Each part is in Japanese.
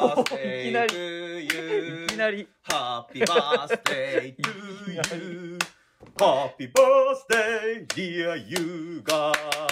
ースデー to you いきなり Happy birthday to you Happy birthday dear Yuga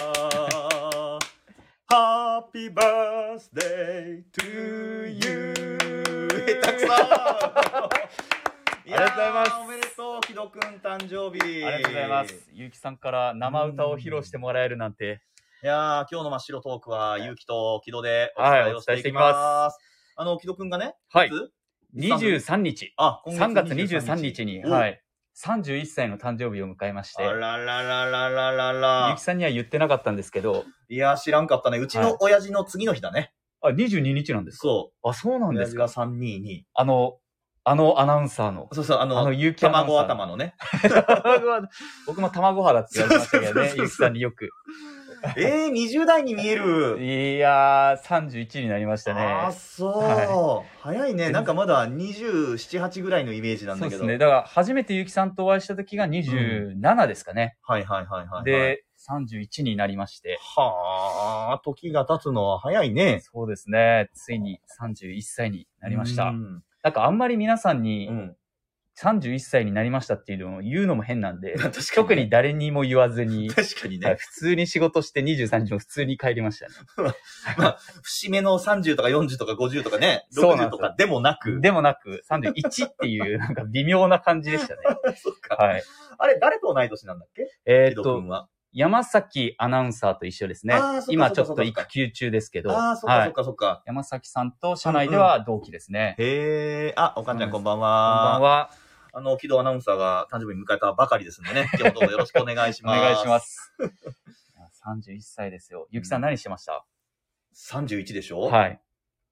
Happy birthday to you 下手くそありがとうございます。 おめでとう、木戸くん誕生日。 ありがとうございます。ゆうきさんから生歌を披露してもらえるなんて。 いやー、今日の真っ白トークは、ゆうきと木戸でお伝えをしていきます。木戸くんがね、 はい。23日。3月23日に、はい。31歳の誕生日を迎えまして。 あららららららら。 ゆうきさんには言ってなかったんですけど。 いやー、知らんかったね。うちの親父の次の日だね。 あ、22日なんですか？ そう。 あ、そうなんですか。 親父が322。 アナウンサーの。 そうそう、 ゆうきアナウンサー。 卵頭のね。 僕も卵肌って言われましたけどね、ゆうきさんによく。 20代に見える。 いやー、31になりましたね。 あ、そう、はい。早いね。なんかまだ27、8ぐらいのイメージなんだけど。 そうですね。だから初めてゆうきさんとお会いした時が27ですかね。 はいはいはいはい。 で、31になりまして。 はー、時が経つのは早いね。 そうですね。ついに31歳になりました。なんかあんまり皆さんに、31歳になりましたっていうのを言うのも変なんで、特に誰にも言わずに、 確かにね。 普通に仕事して23日も普通に帰りましたね。 まあ、節目の30とか40とか50とかね、60とかでもなく。 31っていうなんか微妙な感じでしたね。 そっか。 はい。 あれ、誰と同い年なんだっけ？ 山崎アナウンサーと一緒ですね。今ちょっと育休中ですけど。 ああ、そっかそっかそっか。 山崎さんと社内では同期ですね。 へえ。あ、おかんちゃんこんばんは。 こんばんは。 木戸アナウンサーが誕生日迎えたばかりですんでね。今日どうぞよろしくお願いします。 お願いします。31歳ですよ。ゆきさん何してました？ 31 でしょ？ はい。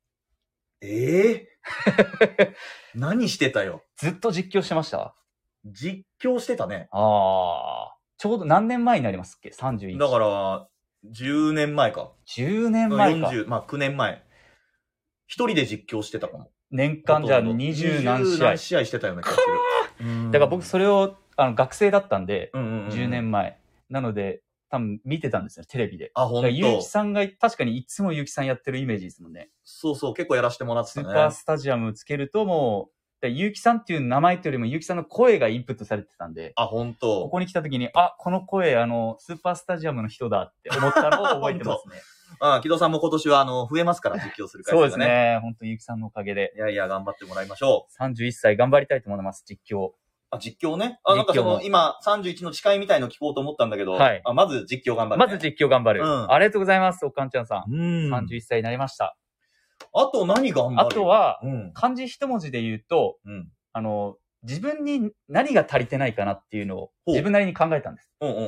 何してたよ。 ずっと実況してました？ 実況してたね。 ああ。ちょうど何年前になりますっけ ?31。 だから、10年前か。 10年前か。 まあ9年前。一人で実況してたかも。 年間じゃあ20何試合。 20何試合してたような気がする。だから僕それを、学生だったんで、10年前。なので、多分見てたんですよ、テレビで。 あ、ほんと。 ゆうきさんが、確かにいつもゆうきさんやってるイメージですもんね。 そうそう、結構やらせてもらってたね。 スーパースタジアムつけるともう、ゆうきさんっていう名前というよりも、ゆうきさんの声がインプットされてたんで。 あ、ほんと。 ここに来た時に、あ、この声、スーパースタジアムの人だって思ったのを覚えてますね。 木戸さんも今年は、増えますから、実況する回数がね。 そうですね。ほんと、ゆうきさんのおかげで。 いやいや、頑張ってもらいましょう。31歳頑張りたいと思います、実況。 あ、実況ね。なんか今、31の誓いみたいの聞こうと思ったんだけど、 はい。 まず実況頑張る、 まず実況頑張る。ありがとうございます、おかんちゃんさん。31歳になりました。 あと何頑張る？ あとは、漢字一文字で言うと、自分に何が足りてないかなっていうのを自分なりに考えたんです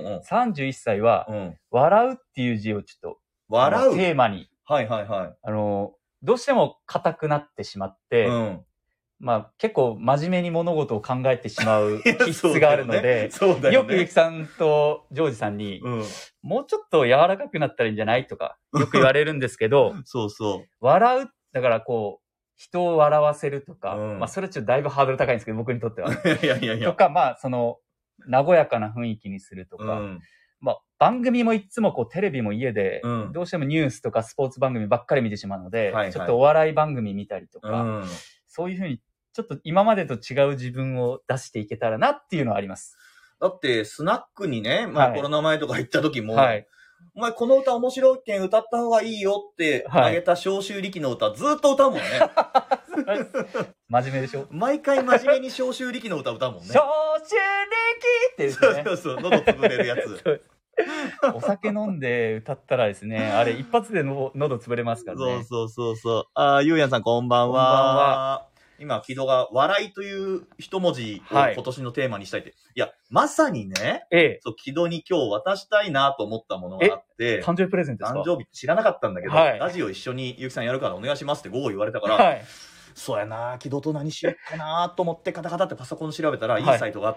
。31歳は、笑うっていう字をちょっと、 笑うテーマに。 はいはいはい。 どうしても硬くなってしまって、まあ結構真面目に物事を考えてしまう気質があるので、よくゆきさんとジョージさんに、もうちょっと柔らかくなったらいいんじゃないとか、よく言われるんですけど、 そうそう。 笑う、だからこう、人を笑わせるとか、まあそれちょっとだいぶハードル高いんですけど、僕にとっては。 いやいやいや。 とか、まあ和やかな雰囲気にするとか、まあ番組もいつもこうテレビも家で、どうしてもニュースとかスポーツ番組ばっかり見てしまうので、ちょっとお笑い番組見たりとか、そういうふうにちょっと今までと違う自分を出していけたらなっていうのはあります。 だってスナックにね、まあコロナ前とか行った時も、お前この歌面白いけん歌った方がいいよってあげた召集力の歌ずっと歌うもんね。 真面目でしょ？ 毎回真面目に召集力の歌歌うもんね。 召集力って言ってね。 そうそう、喉潰れるやつ。 お酒飲んで歌ったらですね、あれ一発で喉潰れますからね。 そう。ゆうやんさんこんばんは。こんばんは。今、木戸が笑いという一文字を今年のテーマにしたいって。いや、まさにね、そう、木戸に今日渡したいなと思ったものがあって、 誕生日プレゼントですか？ 誕生日知らなかったんだけど、ラジオ一緒にゆうきさんやるからお願いしますって午後言われたから、そうやな、木戸と何しよっかなと思ってカタカタってパソコン調べたらいいサイトがあって、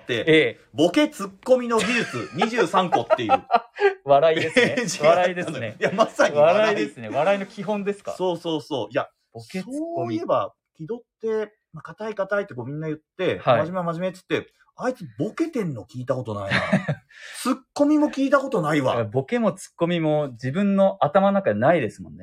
ボケツッコミの技術23個っていう。 笑いですね。笑いですね。 いや、まさに笑いですね。笑いの基本ですか？ そう。いや、ボケツッコミ。そういえば、木戸って、硬いってこうみんな言って、真面目っつって、あいつボケてんの聞いたことないな。ツッコミも聞いたことないわ。 ボケもツッコミも自分の頭の中でないですもんね。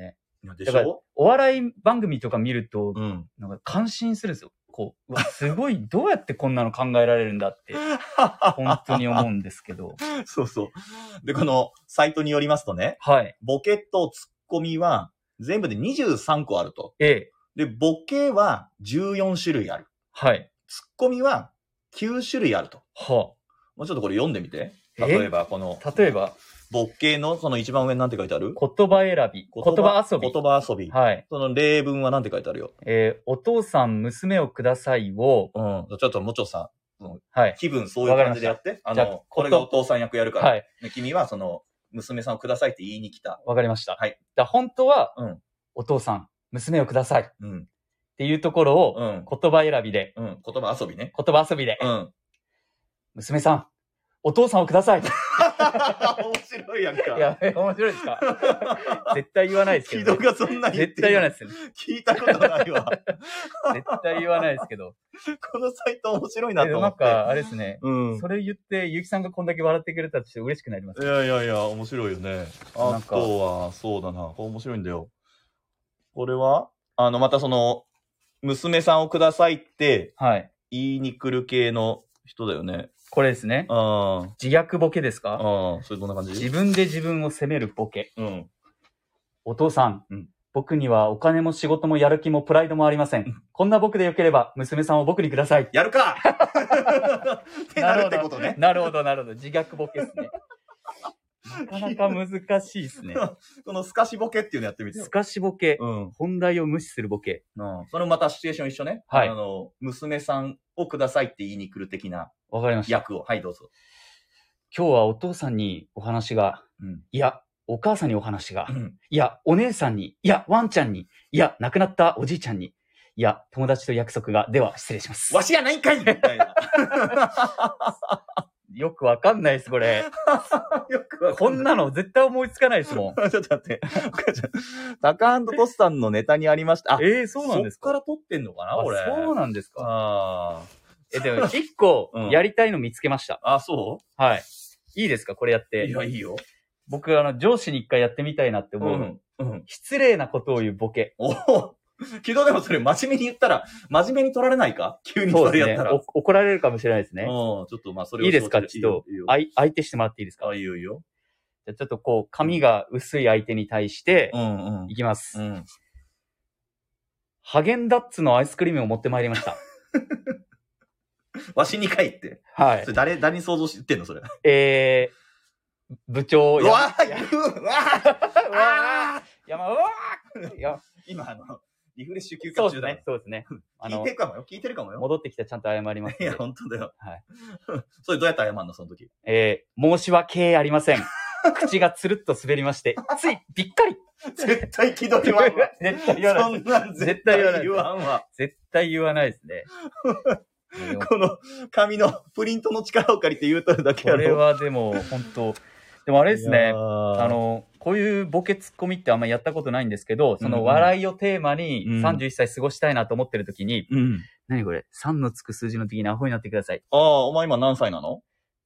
でしょ？ お笑い番組とか見ると、なんか感心するんですよ。こう、すごい、どうやってこんなの考えられるんだって、本当に思うんですけど。 そうそう。で、このサイトによりますとね、はい。ボケとツッコミは全部で23個あると。で、ボケは14種類ある。はい。ツッコミは9種類あると。はあ。もうちょっとこれ読んでみて。例えば、ボケのその一番上に何て書いてある？ 言葉選び。言葉遊び。 言葉遊び。はい。その例文は何て書いてあるよ。 お父さん、娘をくださいを。 うん。ちょっともちょさん。はい。気分そういう感じでやって。これがお父さん役やるから。はい。君はその、娘さんをくださいって言いに来た。 わかりました。はい。本当は、お父さん、娘をください。うん。っていうところを、言葉選びで。 うん。言葉遊びね。 言葉遊びで。うん。娘さん、お父さんをください。面白いやんか。 いや、面白いですか？絶対言わないですけど、 ね。木戸がそんなに絶対言わないですよね。 聞いたことないわ。 絶対言わないですけど。 このサイト面白いなと思って。 なんか、あれですね。うん。それ言って、ゆうきさんがこんだけ笑ってくれたって嬉しくなります、 ね。いや、面白いよね。あとは、そうだな。これ面白いんだよ。これはまたその、娘さんをくださいって、はい。言いに来る系の人だよね。 これですね。自虐ボケですか？ それどんな感じ？ 自分で自分を責めるボケ。うん。お父さん、僕にはお金も仕事もやる気もプライドもありません。こんな僕でよければ、娘さんを僕にください。 やるかってなるってことね。 なるほど。自虐ボケですね。なかなか難しいですね。 この透かしボケっていうのやってみてよ。 透かしボケ。本題を無視するボケ。 それもまたシチュエーション一緒ね。はい。娘さんをくださいって言いに来る的な。 わかりました。 役を。はい、どうぞ。 今日はお父さんにお話が、いや、お母さんにお話が、いや、お姉さんに、いや、ワンちゃんに、いや、亡くなったおじいちゃんに、いや、友達と約束が、では、失礼します。 わしやないんかいみたいな。 よくわかんないです、これ。こんなの絶対思いつかないですもん。 ちょっと待って。タカアンドトスさんのネタにありました。 そうなんですか？ そっから撮ってんのかな、これ。 そうなんですか。でも、一個、やりたいの見つけました。 そう？ はい。いいですか？これやって。 いや、いいよ。 僕、上司に一回やってみたいなって思う。失礼なことを言うボケ。 けどでもそれ真面目に言ったら、真面目に取られないか？急にそれやったら。 怒られるかもしれないですね。 ちょっとそれを。 いいですか？ちょっと、相手してもらっていいですか？ いいよいいよ。 じゃあちょっとこう、髪が薄い相手に対して、いきます。ハゲンダッツのアイスクリームを持ってまいりました。 わしにかいって。 はい。 それ誰に想像してんのそれ。 部長。 うわ今リフレッシュ休憩中だ。 そうですね。 聞いてるかもよ。 戻ってきたらちゃんと謝ります。 いや、本当だよ。はい。それどうやって謝るのその時。 申し訳ありません。口がつるっと滑りまして、ついびっかり。 絶対気取りわんわ。 絶対言わない。 そんなん絶対言わんわ。 絶対言わないですね。 この紙のプリントの力を借りて言うとるだけやろ。 これはでも本当でもあれですね。こういうボケツッコミってあんまりやったことないんですけど、その笑いをテーマに31歳過ごしたいなと思ってる時に、何これ ?3 のつく数字の時にアホになってください。 お前今何歳なの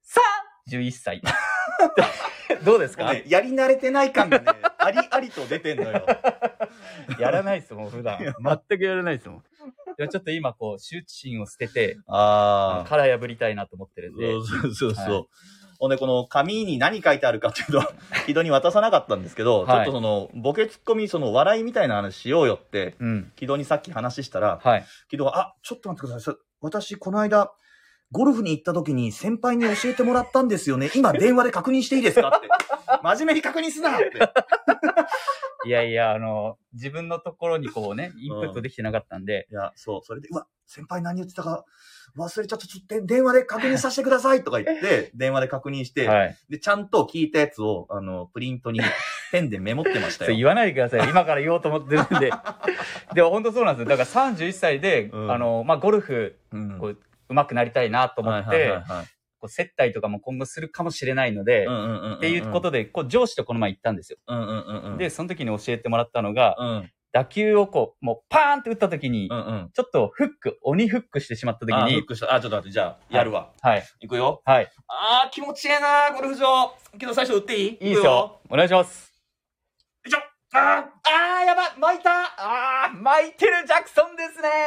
？11歳。どうですか？ やり慣れてない感がね、ありと出てんのよ。 やらないっすもん、普段。全くやらないっすもん。ちょっと今こう、羞恥心を捨てて、殻破りたいなと思ってるんで。 そう。ほんで、この紙に何書いてあるかっていうのは、木戸に渡さなかったんですけど、ちょっとその、ボケツッコミ、その笑いみたいな話しようよって、木戸にさっき話したら、木戸が、ちょっと待ってください。私、この間、ゴルフに行った時に先輩に教えてもらったんですよね。今電話で確認していいですかって。真面目に確認すなって。 いや、自分のところにこうね、インプットできてなかったんで。 いや、そう。それで、先輩何言ってたか忘れちゃった。ちょっと電話で確認させてくださいとか言って、電話で確認して、で、ちゃんと聞いたやつを、プリントにペンでメモってましたよ。 言わないでください。今から言おうと思ってるんで。でも本当そうなんですよ。だから31歳で、ゴルフ、上手くなりたいなと思って、接待とかも今後するかもしれないので、っていうことで、上司とこの前行ったんですよ。で、その時に教えてもらったのが、打球をもうパーンって打った時に、ちょっと鬼フックしてしまった時に。 フックした。ちょっと待って、じゃあ、やるわ。 はい。 いくよ。 はい。 気持ちええなゴルフ場。けど最初打っていい？ いいですよ。お願いします。 よいしょ。 やばい、巻いた。 マイケル・ジャクソンですね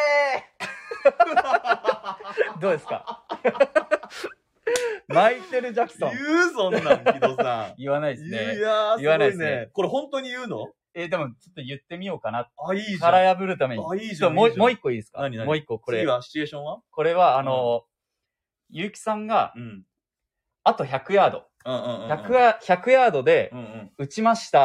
どうですかマイケル・ジャクソン。 言うそんなん、木戸さん。 言わないですね。 いやー、言わないですね。これ本当に言うの？ でも、ちょっと言ってみようかな。 いいじゃん。 殻破るために。 いいじゃん。 もう一個いいですか？ 何もう一個、これ。 次は、シチュエーションは？ これは、ゆうきさんが、あと100ヤード。100ヤードで、打ちました。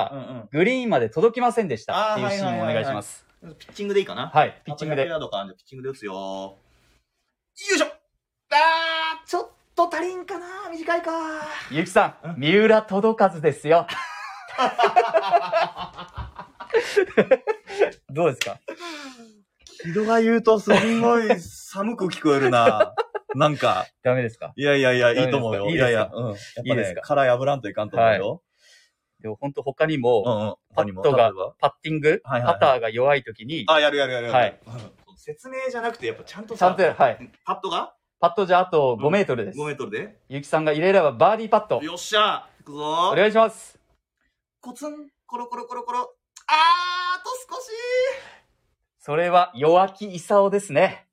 グリーンまで届きませんでした。っていうシーンをお願いします。 ピッチングでいいかな？ はい、ピッチングで。 100ヤードか、ピッチングで打つよ。よいしょ！ちょっと足りんかな？短いか。 ゆうきさん、三浦届かずですよ。どうですか？ 木戸が言うとすんごい寒く聞こえるな。なんか。 ダメですか？ いや、いいと思うよ。 いいですか？ やっぱね、殻破らんといかんと思うよ。 でも本当他にも、パッティング、パターが弱い時に。 やる。 はい。 説明じゃなくて、やっぱちゃんとさ。 はい。 パットじゃあと5メートルです。 5メートルで？ ゆきさんが入れればバーディーパット。 よっしゃ！いくぞ。 お願いします。 コツン、コロコロ。あと少し。 それは弱気功ですね。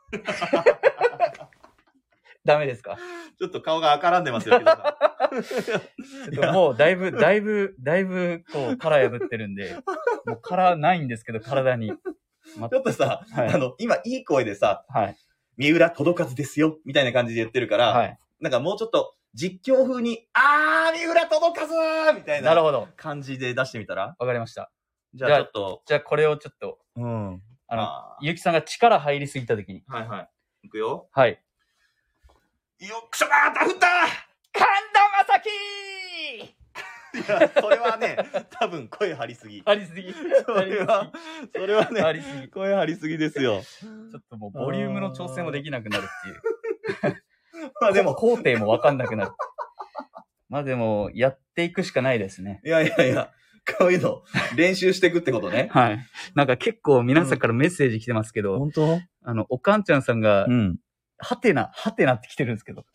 ダメですか？ ちょっと顔が赤らんでますよ、木戸さん。ちょっともうだいぶ、こう、殻破ってるんで、もう殻ないんですけど、体に。 ちょっとさ、今いい声でさ、三浦届かずですよ、みたいな感じで言ってるから、なんかもうちょっと実況風に、三浦届かずみたいな感じで出してみたら？ わかりました。 じゃあちょっと。 じゃあこれをちょっと。ゆうきさんが力入りすぎたときに。 いくよ。 はい。 よっくしょダフった神田正輝いや、それはね、多分声張りすぎ。 張りすぎ。 それはね、 張りすぎ。 声張りすぎですよ。 ちょっともうボリュームの調整もできなくなるっていう。まあでも、工程もわかんなくなる。まあでも、やっていくしかないですね。 いや、こういうの、練習していくってことね。 はい。なんか結構皆さんからメッセージ来てますけど、 本当？ おかんちゃんさんが、はてなって来てるんですけど。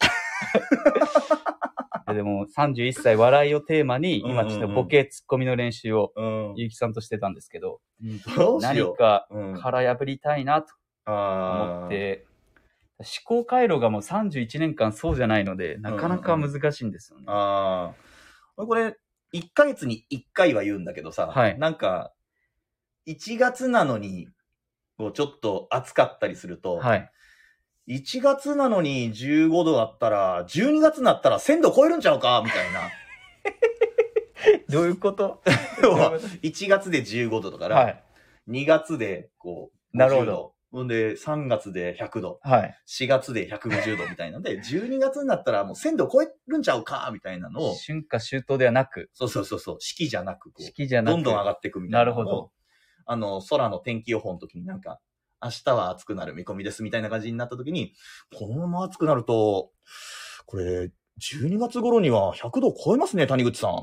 でも、31歳笑いをテーマに、今ちょっとボケツッコミの練習を、ゆうきさんとしてたんですけど、何か殻破りたいなと思って、思考回路がもう31年間そうじゃないので、なかなか難しいんですよね。 これ、1ヶ月に1回は言うんだけどさ、なんか、1月なのに、こうちょっと暑かったりすると、1月なのに15度あったら、12月になったら1000度超えるんちゃうかみたいな。 どういうこと ？1月で15度だから、2月でこう、 なるほど。 ほんで、3月で100度。4月で150度みたいなので、12月になったらもう1000度超えるんちゃうかみたいなのを。 春夏秋冬ではなく。 そう。四季じゃなく、 四季じゃなく。 どんどん上がっていくみたいなのを。 なるほど。空の天気予報の時になんか、明日は暑くなる見込みですみたいな感じになった時に、このまま暑くなると、これ、12月頃には100度超えますね、谷口さんって。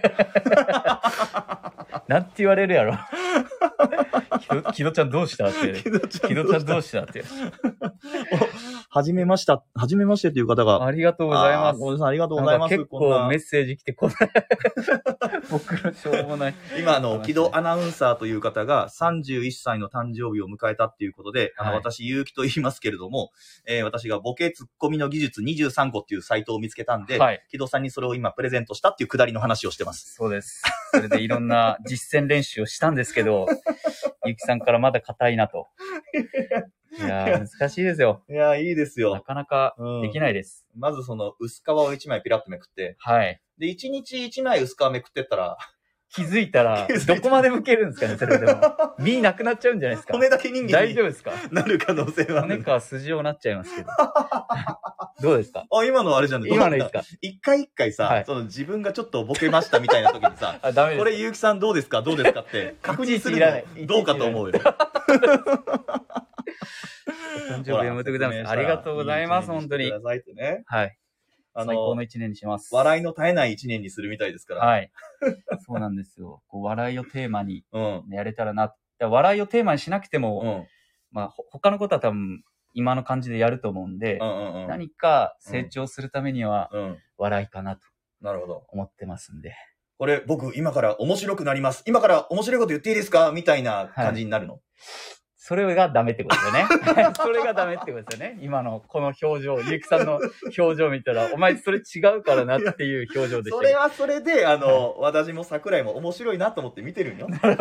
なんて言われるやろ。木戸ちゃんどうしたって。木戸ちゃんどうしたって。 はじめましてっていう方が。 ありがとうございます。 ごめんなさい、ありがとうございます。 結構メッセージ来てこない。僕のしょうもない。 今、木戸アナウンサーという方が31歳の誕生日を迎えたっていうことで、私、結城と言いますけれども、私がボケツッコミの技術23個っていうサイトを見つけたんで、木戸さんにそれを今プレゼントしたっていうくだりの話をしてます。 そうです。それでいろんな実践練習をしたんですけど、ゆきさんからまだ硬いなと。いやー、難しいですよ。 いやー、いいですよ。 なかなかできないです。 まずその薄皮を1枚ピラッとめくって。で、1日1枚薄皮めくってったら、 気づいたら、どこまで剥けるんですかね、それでも。身なくなっちゃうんじゃないですか。 骨だけ人間に大丈夫ですか？ なる可能性は。 骨か筋をなっちゃいますけど。どうですか？ 今のあれじゃん。 今のいいですか？ 一回さ、その自分がちょっとボケましたみたいな時にさ、 ダメです。 これ、ゆうきさんどうですかって確認するのどうかと思うよ。 誕生日おめでとうございます。ありがとうございます、本当に。はい。最高の一年にします。 笑いの絶えない一年にするみたいですから。 はい。そうなんですよ。こう笑いをテーマにやれたらな。笑いをテーマにしなくても、まあ他のことは多分今の感じでやると思うんで、何か成長するためには笑いかなと。 なるほど。 思ってますんで。 これ僕今から面白くなります。今から面白いこと言っていいですかみたいな感じになるの。 それがダメってことですよね。それがダメってことですよね。今のこの表情、ゆうきさんの表情見たら、お前それ違うからなっていう表情でした。 それはそれで、私も桜井も面白いなと思って見てるんよ。 な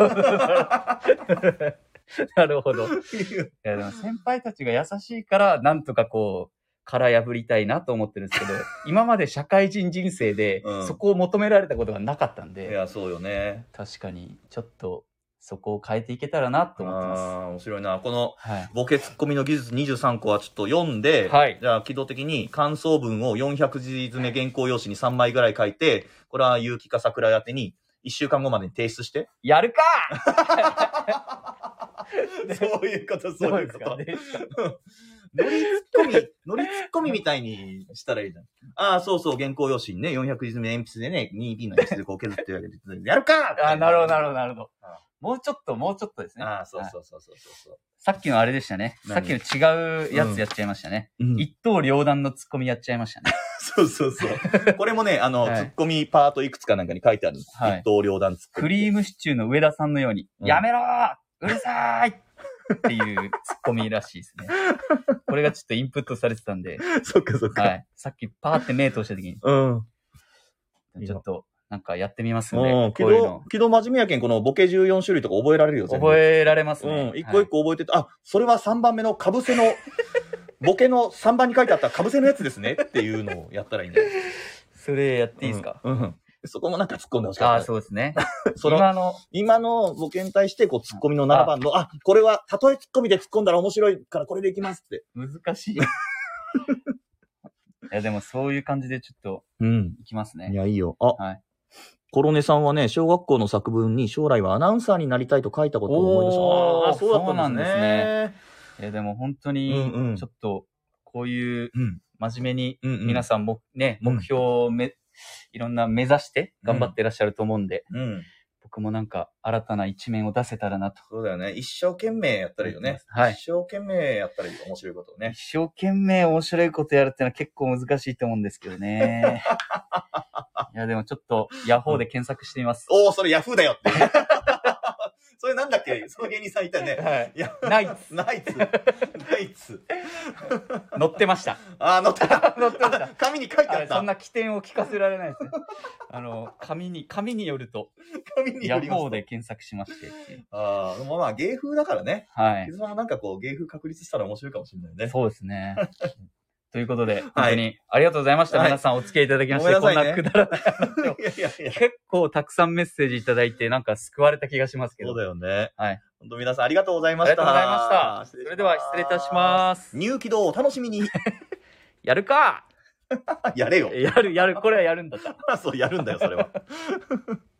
るほど。いやでも先輩たちが優しいから、なんとかこう、殻破りたいなと思ってるんですけど、今まで社会人人生でそこを求められたことがなかったんで。 いや、そうよね。 確かに、ちょっと、そこを変えていけたらなと思ってます。 面白いな。この、ボケツッコミの技術23個はちょっと読んで、じゃあ、機動的に感想文を400字詰め原稿用紙に3枚ぐらい書いて、これは有機か桜井宛てに1週間後までに提出して。 やるかそういうこと、そういうこと。ノリツッコミみたいにしたらいいじゃん。ああ、そうそう、原稿用紙にね、400字詰め鉛筆でね、2B の鉛筆でこう削ってるわけで、やるかああ、なるほど、なるほど、なるほど。もうちょっとですね。 ああ、そうそう。 さっきのあれでしたね。さっきの違うやつやっちゃいましたね。一刀両断のツッコミやっちゃいましたね。 そう。これもね、ツッコミパートいくつかなんかに書いてあるんです。一刀両断ツッコミ。 クリームシチューの上田さんのように、やめろーうるさーいっていうツッコミらしいですね。これがちょっとインプットされてたんで。 そっか。 さっきパーって目通した時に。ちょっと、なんかやってみますね。けど真面目やけん、このボケ14種類とか覚えられるよ、 覚えられますね。 一個一個覚えてて、それは3番目のかぶせの、ボケの3番に書いてあったかぶせのやつですねっていうのをやったらいいんだよ。 それやっていいですか？ そこもなんか突っ込んでほしかった。 ああ、そうですね。 今のボケに対して、こう、突っ込みの7番の、これは、たとえ突っ込みで突っ込んだら面白いからこれでいきますって。 難しい。いや、でもそういう感じでちょっと、いきますね。 いや、いいよ。コロネさんはね、小学校の作文に将来はアナウンサーになりたいと書いたことを思い出した。そうだったんですね。 いや、でも本当に、ちょっと、こういう、真面目に、皆さんもね、目標をいろんな目指して頑張ってらっしゃると思うんで、僕もなんか新たな一面を出せたらなと。 そうだよね。一生懸命やったらいいよね。一生懸命やったらいいよ。面白いことをね。 一生懸命面白いことやるってのは結構難しいと思うんですけどね。いや、でもちょっとヤホーで検索してみます。 それヤフーだよって。それなんだっけ？その芸人さんいたね。 ナイツ。載ってました。 載ってた。紙に書いてあった。 そんな起点を聞かせられないですね。紙によると、ヤホーで検索しまして。 まあ芸風だからね。木津さんもなんかこう芸風確立したら面白いかもしれないね。 そうですね。ということで、本当にありがとうございました。皆さんお付き合いいただきまして、こんなくだらない話を。結構たくさんメッセージいただいて、なんか救われた気がしますけど。 そうだよね。本当皆さんありがとうございました。 ありがとうございました。それでは失礼いたします。 ニュー軌道をお楽しみに。 やるかやれよ。 やる。これはやるんだった。 そう、やるんだよ、それは。